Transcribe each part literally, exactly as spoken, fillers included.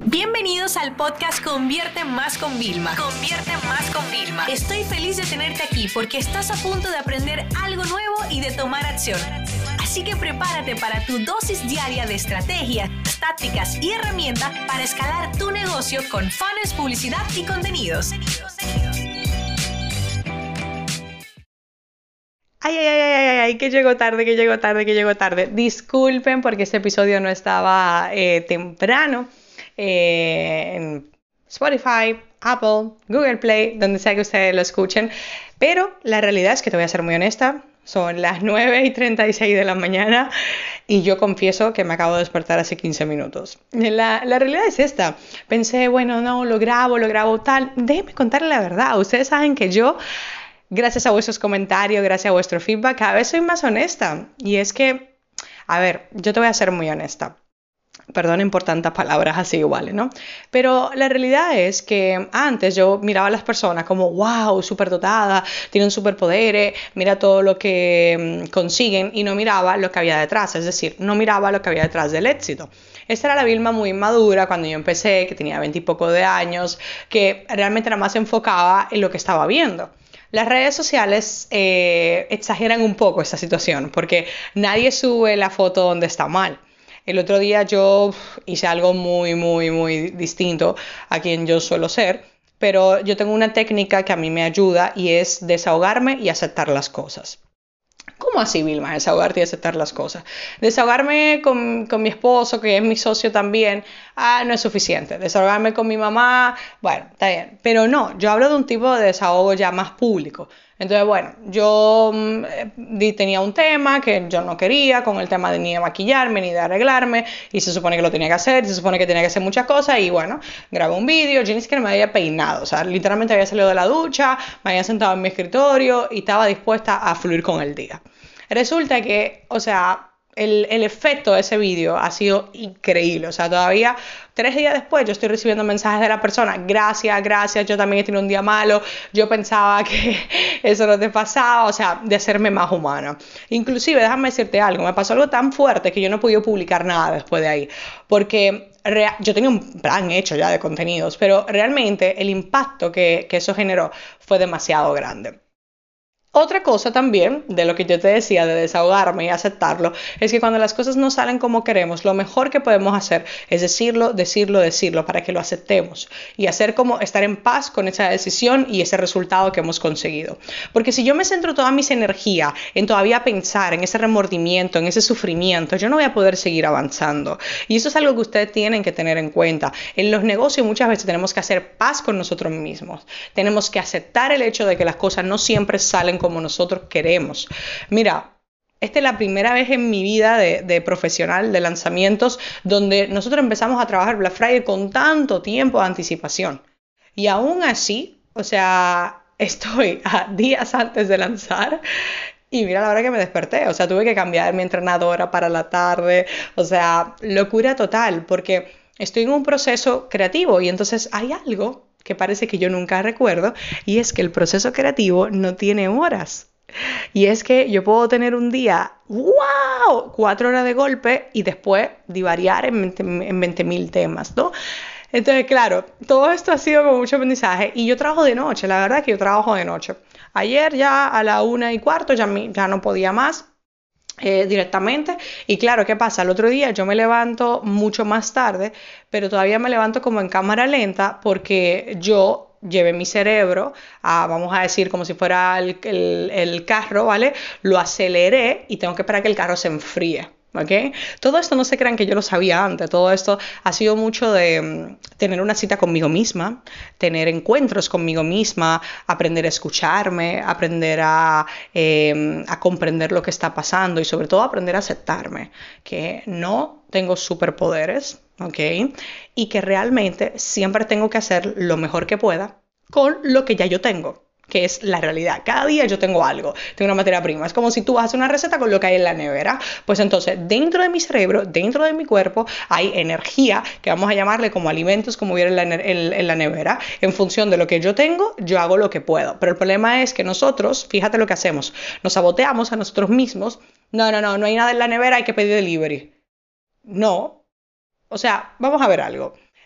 Bienvenidos al podcast Convierte Más con Vilma. Convierte Más con Vilma. Estoy feliz de tenerte aquí porque estás a punto de aprender algo nuevo y de tomar acción. Así que prepárate para tu dosis diaria de estrategias, tácticas y herramientas para escalar tu negocio con funnels, publicidad y contenidos. Ay, ay, ay, ay, ay, que llegó tarde, que llegó tarde, que llegó tarde. Disculpen porque este episodio no estaba eh, temprano. Eh, en Spotify, Apple, Google Play, donde sea que ustedes lo escuchen. Pero la realidad es que te voy a ser muy honesta. Son las nueve y treinta y seis de la mañana y yo confieso que me acabo de despertar hace quince minutos. La, la realidad es esta. Pensé, bueno, no, lo grabo, lo grabo tal. Déjenme contarles la verdad. Ustedes saben que yo, gracias a vuestros comentarios, gracias a vuestro feedback, cada vez soy más honesta. Y es que, a ver, yo te voy a ser muy honesta. Perdonen por tantas palabras así iguales, ¿no? Pero la realidad es que antes yo miraba a las personas como, wow, súper dotadas, tienen superpoderes, mira todo lo que um, consiguen, y no miraba lo que había detrás, es decir, no miraba lo que había detrás del éxito. Esta era la Vilma muy inmadura cuando yo empecé, que tenía veinte y poco de años, que realmente era más enfocada en lo que estaba viendo. Las redes sociales eh, exageran un poco esta situación, porque nadie sube la foto donde está mal. El otro día yo hice algo muy, muy, muy distinto a quien yo suelo ser, pero yo tengo una técnica que a mí me ayuda y es desahogarme y aceptar las cosas. ¿Cómo así, Vilma? Desahogarte y aceptar las cosas. Desahogarme con, con mi esposo, que es mi socio también, ah, no es suficiente. Desahogarme con mi mamá, bueno, está bien. Pero no, yo hablo de un tipo de desahogo ya más público. Entonces, bueno, yo eh, tenía un tema que yo no quería, con el tema de ni de maquillarme, ni de arreglarme, y se supone que lo tenía que hacer, y se supone que tenía que hacer muchas cosas, y bueno, grabé un vídeo, yo ni siquiera me había peinado, o sea, literalmente había salido de la ducha, me había sentado en mi escritorio, y estaba dispuesta a fluir con el día. Resulta que, o sea, el, el efecto de ese vídeo ha sido increíble. O sea, todavía tres días después yo estoy recibiendo mensajes de la persona, gracias, gracias, yo también he tenido un día malo, yo pensaba que eso no te pasaba, o sea, de hacerme más humana. Inclusive, déjame decirte algo, me pasó algo tan fuerte que yo no he podido publicar nada después de ahí, porque yo tenía un plan hecho ya de contenidos, pero realmente el impacto que, que eso generó fue demasiado grande. Otra cosa también, de lo que yo te decía, de desahogarme y aceptarlo, es que cuando las cosas no salen como queremos, lo mejor que podemos hacer es decirlo, decirlo, decirlo, para que lo aceptemos y hacer como estar en paz con esa decisión y ese resultado que hemos conseguido. Porque si yo me centro toda mis energía en todavía pensar en ese remordimiento, en ese sufrimiento, yo no voy a poder seguir avanzando. Y eso es algo que ustedes tienen que tener en cuenta. En los negocios muchas veces tenemos que hacer paz con nosotros mismos. Tenemos que aceptar el hecho de que las cosas no siempre salen como nosotros queremos. Mira, esta es la primera vez en mi vida de, de profesional de lanzamientos donde nosotros empezamos a trabajar Black Friday con tanto tiempo de anticipación. Y aún así, o sea, estoy a días antes de lanzar y mira la hora que me desperté. O sea, tuve que cambiar mi entrenadora para la tarde. O sea, locura total, porque estoy en un proceso creativo y entonces hay algo que parece que yo nunca recuerdo, y es que el proceso creativo no tiene horas. Y es que yo puedo tener un día, wow, cuatro horas de golpe y después divariar en veinte mil temas, ¿no? Entonces, claro, todo esto ha sido con mucho aprendizaje y yo trabajo de noche, la verdad es que yo trabajo de noche. Ayer ya a la una y cuarto ya, ya no podía más. Eh, directamente, y claro, ¿qué pasa? El otro día yo me levanto mucho más tarde, pero todavía me levanto como en cámara lenta porque yo llevé mi cerebro a, vamos a decir, como si fuera el, el, el carro, ¿vale? Lo aceleré y tengo que esperar que el carro se enfríe. ¿Okay? Todo esto no se crean que yo lo sabía antes, todo esto ha sido mucho de um, tener una cita conmigo misma, tener encuentros conmigo misma, aprender a escucharme, aprender a, eh, a comprender lo que está pasando y sobre todo aprender a aceptarme, que no tengo superpoderes, ¿okay? Y que realmente siempre tengo que hacer lo mejor que pueda con lo que ya yo tengo, que es la realidad. Cada día yo tengo algo, tengo una materia prima. Es como si tú vas a hacer una receta con lo que hay en la nevera. Pues entonces, dentro de mi cerebro, dentro de mi cuerpo, hay energía, que vamos a llamarle como alimentos, como viene en la, en, en la nevera. En función de lo que yo tengo, yo hago lo que puedo. Pero el problema es que nosotros, fíjate lo que hacemos, nos saboteamos a nosotros mismos. No, no, no, no hay nada en la nevera, hay que pedir delivery. No. O sea, vamos a ver algo.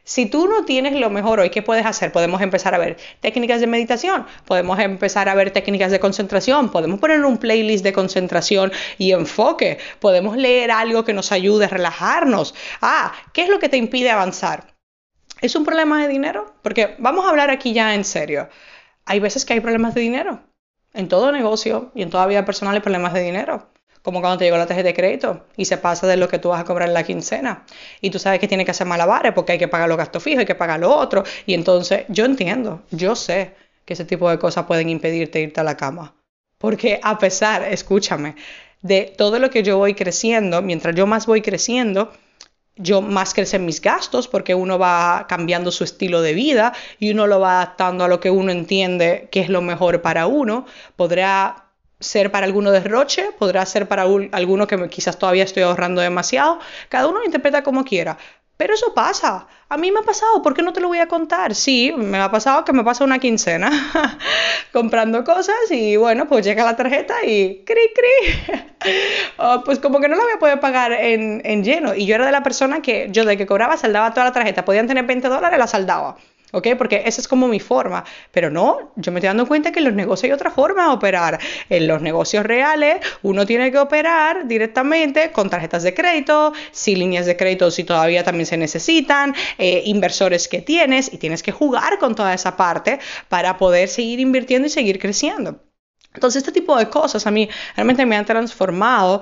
Si tú no tienes lo mejor hoy, ¿qué puedes hacer? Podemos empezar a ver técnicas de meditación, podemos empezar a ver técnicas de concentración, podemos poner un playlist de concentración y enfoque, podemos leer algo que nos ayude a relajarnos. Ah, ¿qué es lo que te impide avanzar? ¿Es un problema de dinero? Porque vamos a hablar aquí ya en serio. Hay veces que hay problemas de dinero. En todo negocio y en toda vida personal hay problemas de dinero. Como cuando te llegó la tarjeta de crédito y se pasa de lo que tú vas a cobrar en la quincena. Y tú sabes que tienes que hacer malabares porque hay que pagar los gastos fijos, hay que pagar lo otro. Y entonces yo entiendo, yo sé que ese tipo de cosas pueden impedirte irte a la cama. Porque a pesar, escúchame, de todo lo que yo voy creciendo, mientras yo más voy creciendo, yo más crecen mis gastos porque uno va cambiando su estilo de vida y uno lo va adaptando a lo que uno entiende que es lo mejor para uno. Podrá ser para alguno derroche, podrá ser para un, alguno que quizás todavía estoy ahorrando demasiado. Cada uno lo interpreta como quiera. Pero eso pasa. A mí me ha pasado. ¿Por qué no te lo voy a contar? Sí, me ha pasado que me pasa una quincena comprando cosas y bueno, pues llega la tarjeta y cri, cri. oh, pues como que no la voy a poder pagar en, en lleno. Y yo era de la persona que yo de que cobraba saldaba toda la tarjeta. Podían tener veinte dólares, la saldaba. ¿Ok? Porque esa es como mi forma. Pero no, yo me estoy dando cuenta que en los negocios hay otra forma de operar. En los negocios reales uno tiene que operar directamente con tarjetas de crédito, sin líneas de crédito si todavía también se necesitan, eh, inversores que tienes y tienes que jugar con toda esa parte para poder seguir invirtiendo y seguir creciendo. Entonces este tipo de cosas a mí realmente me han transformado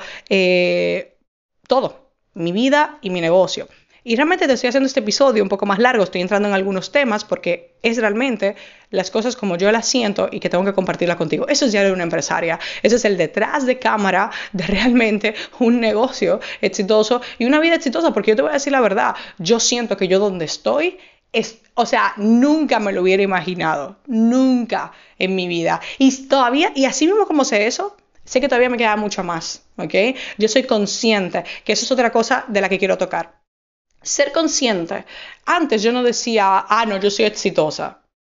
eh, todo, mi vida y mi negocio. Y realmente te estoy haciendo este episodio un poco más largo, estoy entrando en algunos temas porque es realmente las cosas como yo las siento y que tengo que compartirlas contigo. Eso es ya de una empresaria, eso es el detrás de cámara de realmente un negocio exitoso y una vida exitosa, porque yo te voy a decir la verdad, yo siento que yo donde estoy, es, o sea, nunca me lo hubiera imaginado, nunca en mi vida. Y todavía, y así mismo como sé eso, sé que todavía me queda mucho más, ¿ok? Yo soy consciente que eso es otra cosa de la que quiero tocar. Ser consciente. Antes yo no decía, ah, no, yo soy exitosa.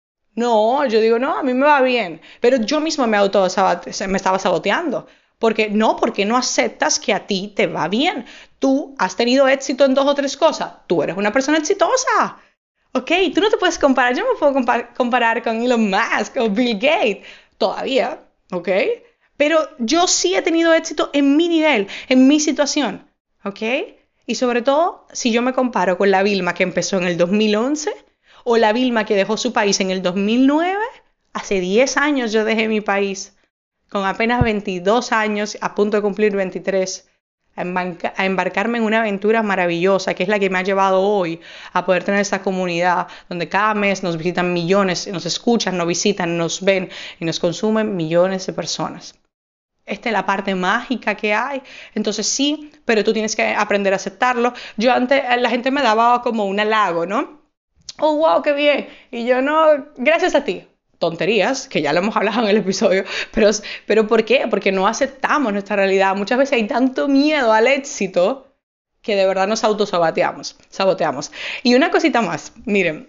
No, yo digo, no, a mí me va bien. Pero yo misma me, auto me estaba saboteando. Porque no, porque no aceptas que a ti te va bien. Tú has tenido éxito en dos o tres cosas. Tú eres una persona exitosa. ¿Ok? Tú no te puedes comparar. Yo no me puedo compar comparar con Elon Musk o Bill Gates. Todavía. ¿Ok? Pero yo sí he tenido éxito en mi nivel, en mi situación. ¿Ok? Y sobre todo, si yo me comparo con la Vilma que empezó en el dos mil once o la Vilma que dejó su país en el dos mil nueve, hace diez años yo dejé mi país, con apenas veintidós años, a punto de cumplir veintitrés, a, a embarcarme en una aventura maravillosa, que es la que me ha llevado hoy a poder tener esta comunidad, donde cada mes nos visitan millones, nos escuchan, nos visitan, nos ven y nos consumen millones de personas. Esta es la parte mágica que hay. Entonces sí, pero tú tienes que aprender a aceptarlo. Yo antes, la gente me daba como un halago, ¿no? Oh, wow, qué bien. Y yo no, gracias a ti. Tonterías, que ya lo hemos hablado en el episodio, pero, pero ¿por qué? Porque no aceptamos nuestra realidad. Muchas veces hay tanto miedo al éxito que de verdad nos autosaboteamos. Saboteamos. Y una cosita más, miren.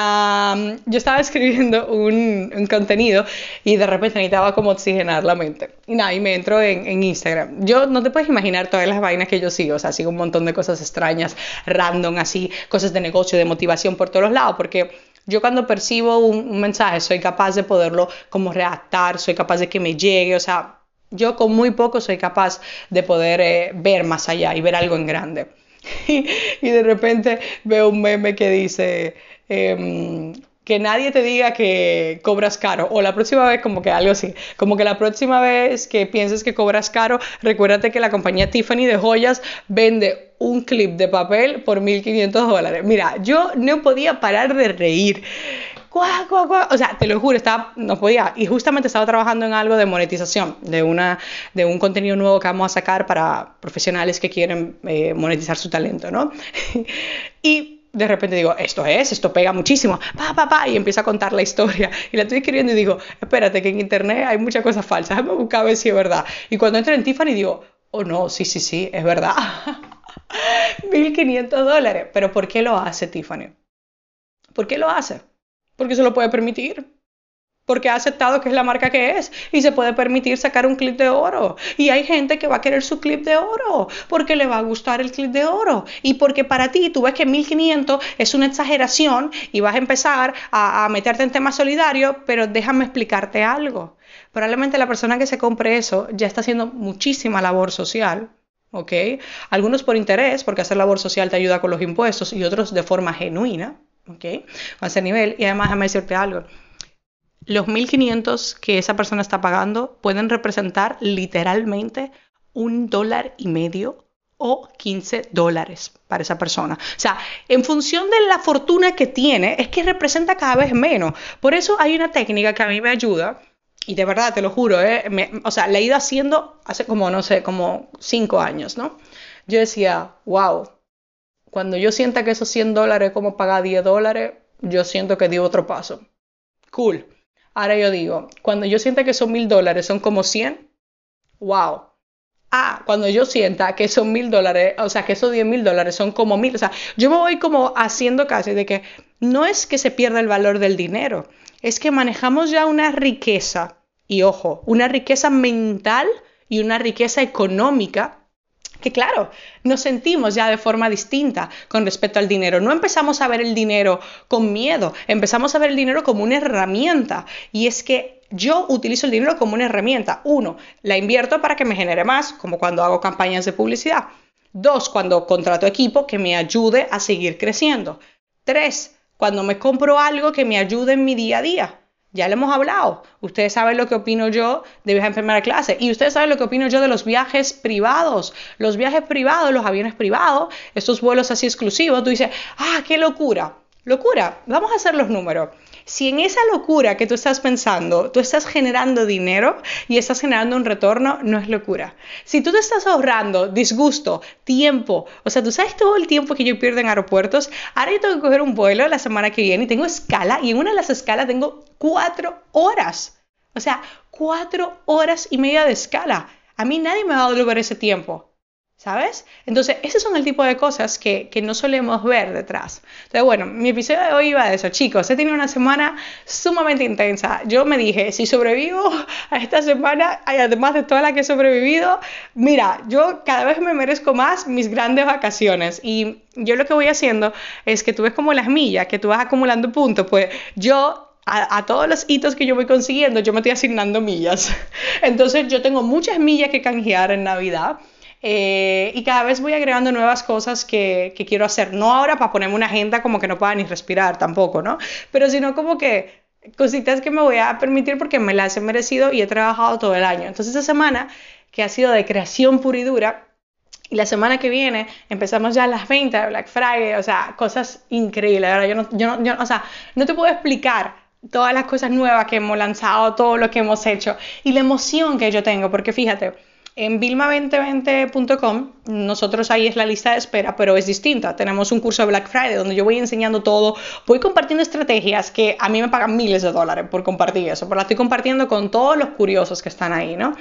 Um, yo estaba escribiendo un, un contenido y de repente necesitaba como oxigenar la mente y nada, y me entro en, en Instagram. Yo no te puedes imaginar todas las vainas que yo sigo, o sea, sigo un montón de cosas extrañas, random, así, cosas de negocio, de motivación por todos los lados, porque yo cuando percibo un, un mensaje soy capaz de poderlo como redactar, soy capaz de que me llegue, o sea, yo con muy poco soy capaz de poder eh, ver más allá y ver algo en grande. y, y de repente veo un meme que dice... Eh, que nadie te diga que cobras caro, o la próxima vez como que algo así, como que la próxima vez que pienses que cobras caro, recuérdate que la compañía Tiffany de joyas vende un clip de papel por mil quinientos dólares. Mira, yo no podía parar de reír. Cuá, cuá, cuá. O sea, te lo juro, estaba, no podía. Y justamente estaba trabajando en algo de monetización, de, una, de un contenido nuevo que vamos a sacar para profesionales que quieren eh, monetizar su talento, ¿no? y de repente digo, esto es, esto pega muchísimo, pa, pa, pa, y empiezo a contar la historia, y la estoy escribiendo y digo, espérate, que en internet hay muchas cosas falsas, déjame buscar a ver si es verdad, y cuando entro en Tiffany digo, oh no, sí, sí, sí, es verdad, mil quinientos dólares, pero ¿por qué lo hace Tiffany? ¿Por qué lo hace? Porque se lo puede permitir, porque ha aceptado que es la marca que es y se puede permitir sacar un clip de oro. Y hay gente que va a querer su clip de oro porque le va a gustar el clip de oro y porque para ti tú ves que mil quinientos es una exageración y vas a empezar a, a meterte en temas solidarios, pero déjame explicarte algo. Probablemente la persona que se compre eso ya está haciendo muchísima labor social, ¿ok? Algunos por interés, porque hacer labor social te ayuda con los impuestos, y otros de forma genuina, ¿ok? A ese nivel. Y además déjame decirte algo. Los mil quinientos que esa persona está pagando pueden representar literalmente un dólar y medio o quince dólares para esa persona. O sea, en función de la fortuna que tiene, es que representa cada vez menos. Por eso hay una técnica que a mí me ayuda, y de verdad, te lo juro, ¿eh? me, o sea, la he ido haciendo hace como, no sé, como cinco años, ¿no? Yo decía, wow, cuando yo sienta que esos cien dólares es como pagar diez dólares, yo siento que di otro paso. Cool. Ahora yo digo, cuando yo sienta que esos mil dólares son como cien, wow. Ah, cuando yo sienta que esos mil dólares, o sea, que esos diez mil dólares son como mil, o sea, yo me voy como haciendo casi de que no es que se pierda el valor del dinero, es que manejamos ya una riqueza, y ojo, una riqueza mental y una riqueza económica, que claro, nos sentimos ya de forma distinta con respecto al dinero. No empezamos a ver el dinero con miedo, empezamos a ver el dinero como una herramienta. Y es que yo utilizo el dinero como una herramienta. Uno, la invierto para que me genere más, como cuando hago campañas de publicidad. Dos, cuando contrato equipo que me ayude a seguir creciendo. Tres, cuando me compro algo que me ayude en mi día a día. Ya le hemos hablado. Ustedes saben lo que opino yo de viajes en primera clase. Y ustedes saben lo que opino yo de los viajes privados. Los viajes privados, los aviones privados, estos vuelos así exclusivos. Tú dices, ah, qué locura. Locura. Vamos a hacer los números. Si en esa locura que tú estás pensando, tú estás generando dinero y estás generando un retorno, no es locura. Si tú te estás ahorrando disgusto, tiempo, o sea, tú sabes todo el tiempo que yo pierdo en aeropuertos, ahora yo tengo que coger un vuelo la semana que viene y tengo escala, y en una de las escalas tengo cuatro horas. O sea, cuatro horas y media de escala. A mí nadie me va a devolver ese tiempo. ¿Sabes? Entonces, esos son el tipo de cosas que, que no solemos ver detrás. Entonces, bueno, mi episodio de hoy iba de eso. Chicos, he tenido una semana sumamente intensa. Yo me dije, si sobrevivo a esta semana, además de toda la que he sobrevivido, mira, yo cada vez me merezco más mis grandes vacaciones. Y yo lo que voy haciendo es que tú ves como las millas, que tú vas acumulando puntos, pues yo... A, a todos los hitos que yo voy consiguiendo, yo me estoy asignando millas. Entonces, yo tengo muchas millas que canjear en Navidad. Eh, y cada vez voy agregando nuevas cosas que, que quiero hacer, no ahora para ponerme una agenda como que no pueda ni respirar tampoco, ¿no? Pero sino como que cositas que me voy a permitir porque me las he merecido y he trabajado todo el año. Entonces esta semana que ha sido de creación pura y dura, y la semana que viene empezamos ya a las veinte de Black Friday, o sea, cosas increíbles, ¿verdad? Yo no, yo no, yo, o sea, no te puedo explicar todas las cosas nuevas que hemos lanzado, todo lo que hemos hecho y la emoción que yo tengo, porque fíjate, en vilma veinte veinte punto com, nosotros ahí es la lista de espera, pero es distinta. Tenemos un curso de Black Friday donde yo voy enseñando todo, voy compartiendo estrategias que a mí me pagan miles de dólares por compartir eso, pero la estoy compartiendo con todos los curiosos que están ahí, ¿no?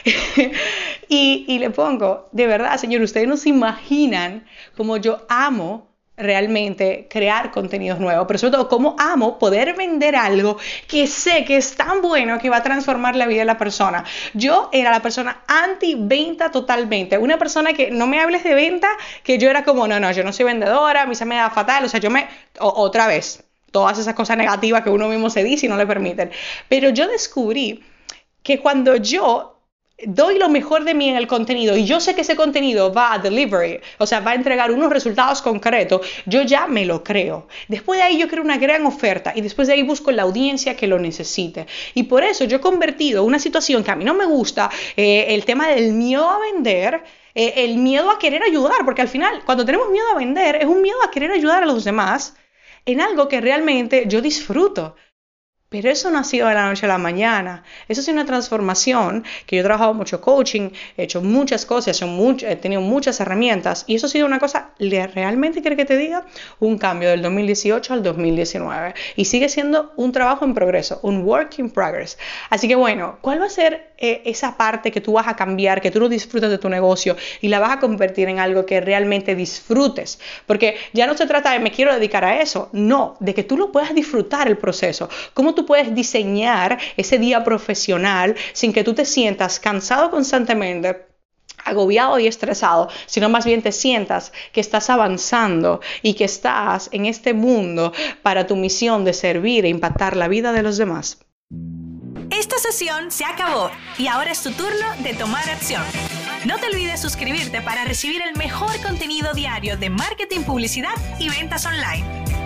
y, y le pongo, de verdad, señor, ustedes no se imaginan cómo yo amo realmente crear contenidos nuevos, pero sobre todo cómo amo poder vender algo que sé que es tan bueno que va a transformar la vida de la persona. Yo era la persona anti-venta totalmente, una persona que no me hables de venta, que yo era como, no, no, yo no soy vendedora, a mí se me da fatal, o sea, yo me, o, otra vez, todas esas cosas negativas que uno mismo se dice y no le permiten, pero yo descubrí que cuando yo doy lo mejor de mí en el contenido y yo sé que ese contenido va a delivery, o sea, va a entregar unos resultados concretos, yo ya me lo creo. Después de ahí yo creo una gran oferta y después de ahí busco la audiencia que lo necesite. Y por eso yo he convertido una situación que a mí no me gusta, eh, el tema del miedo a vender, eh, el miedo a querer ayudar, porque al final cuando tenemos miedo a vender es un miedo a querer ayudar a los demás en algo que realmente yo disfruto. Pero eso no ha sido de la noche a la mañana. Eso ha sido una transformación que yo he trabajado mucho coaching, he hecho muchas cosas, he, mucho, he tenido muchas herramientas y eso ha sido una cosa, ¿realmente quiero que te diga? Un cambio del dos mil dieciocho al dos mil diecinueve y sigue siendo un trabajo en progreso, un work in progress. Así que bueno, ¿cuál va a ser eh, esa parte que tú vas a cambiar, que tú no disfrutas de tu negocio y la vas a convertir en algo que realmente disfrutes? Porque ya no se trata de me quiero dedicar a eso, no, de que tú lo puedas disfrutar el proceso. ¿Cómo tú tú puedes diseñar ese día profesional sin que tú te sientas cansado constantemente, agobiado y estresado, sino más bien te sientas que estás avanzando y que estás en este mundo para tu misión de servir e impactar la vida de los demás. Esta sesión se acabó y ahora es tu turno de tomar acción. No te olvides suscribirte para recibir el mejor contenido diario de marketing, publicidad y ventas online.